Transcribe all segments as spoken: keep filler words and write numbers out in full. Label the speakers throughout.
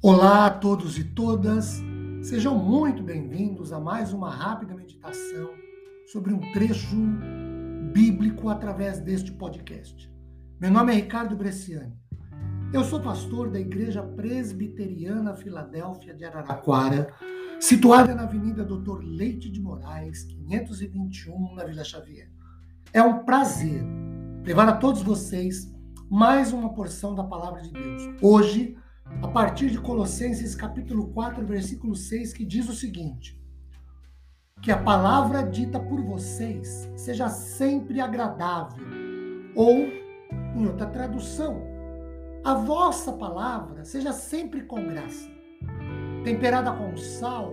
Speaker 1: Olá a todos e todas, sejam muito bem-vindos a mais uma rápida meditação sobre um trecho bíblico através deste podcast. Meu nome é Ricardo Bresciani, eu sou pastor da Igreja Presbiteriana Filadélfia de Araraquara, situada na Avenida doutor Leite de Moraes, quinhentos e vinte e um, na Vila Xavier. É um prazer levar a todos vocês mais uma porção da Palavra de Deus. Hoje, a partir de Colossenses capítulo quatro, versículo seis, que diz o seguinte: que a palavra dita por vocês seja sempre agradável, ou, em outra tradução, a vossa palavra seja sempre com graça, temperada com sal,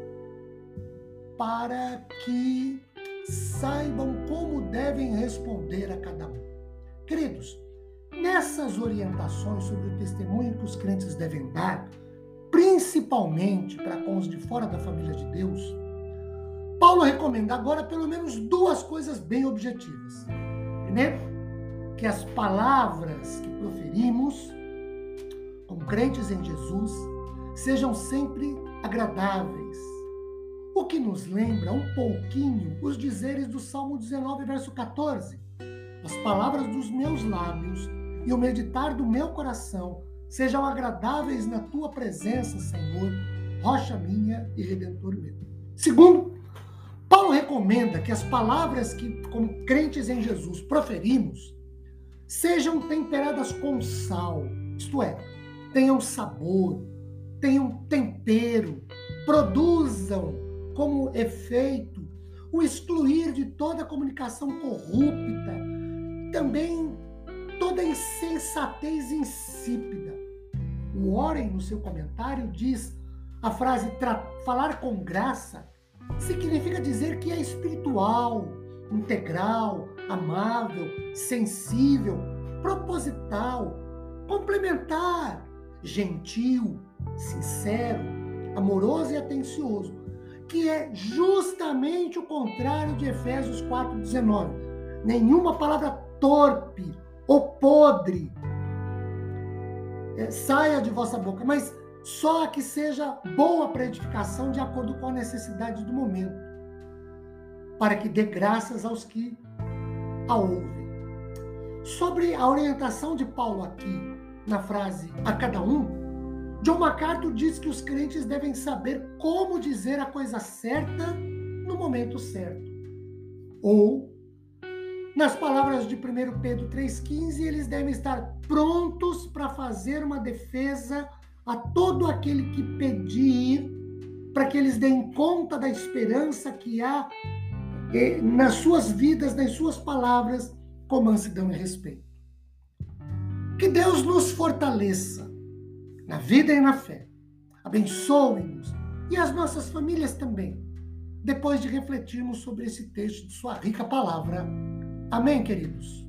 Speaker 1: para que saibam como devem responder a cada um. Queridos, nessas orientações sobre o testemunho que os crentes devem dar, principalmente para com os de fora da família de Deus, Paulo recomenda agora pelo menos duas coisas bem objetivas. Primeiro, que as palavras que proferimos como crentes em Jesus sejam sempre agradáveis, o que nos lembra um pouquinho os dizeres do Salmo dezenove, verso quatorze. As palavras dos meus lábios e o meditar do meu coração sejam agradáveis na tua presença, Senhor, rocha minha e redentor meu. Segundo, Paulo recomenda que as palavras que, como crentes em Jesus, proferimos sejam temperadas com sal, isto é, tenham sabor, tenham tempero, produzam como efeito o excluir de toda comunicação corrupta, também toda insensatez insípida. O Warren, no seu comentário, diz a frase falar com graça significa dizer que é espiritual, integral, amável, sensível, proposital, complementar, gentil, sincero, amoroso e atencioso, que é justamente o contrário de Efésios quatro, dezenove. Nenhuma palavra torpe ou podre é, saia de vossa boca, mas só a que seja boa para edificação de acordo com a necessidade do momento, para que dê graças aos que a ouvem. Sobre a orientação de Paulo aqui, na frase a cada um, John MacArthur diz que os crentes devem saber como dizer a coisa certa no momento certo. Ou, nas palavras de primeiro Pedro três, quinze, eles devem estar prontos para fazer uma defesa a todo aquele que pedir, para que eles deem conta da esperança que há eh, nas suas vidas, nas suas palavras, com mansidão e respeito. Que Deus nos fortaleça na vida e na fé. Abençoe-nos e as nossas famílias também, depois de refletirmos sobre esse texto de sua rica palavra. Amém, queridos?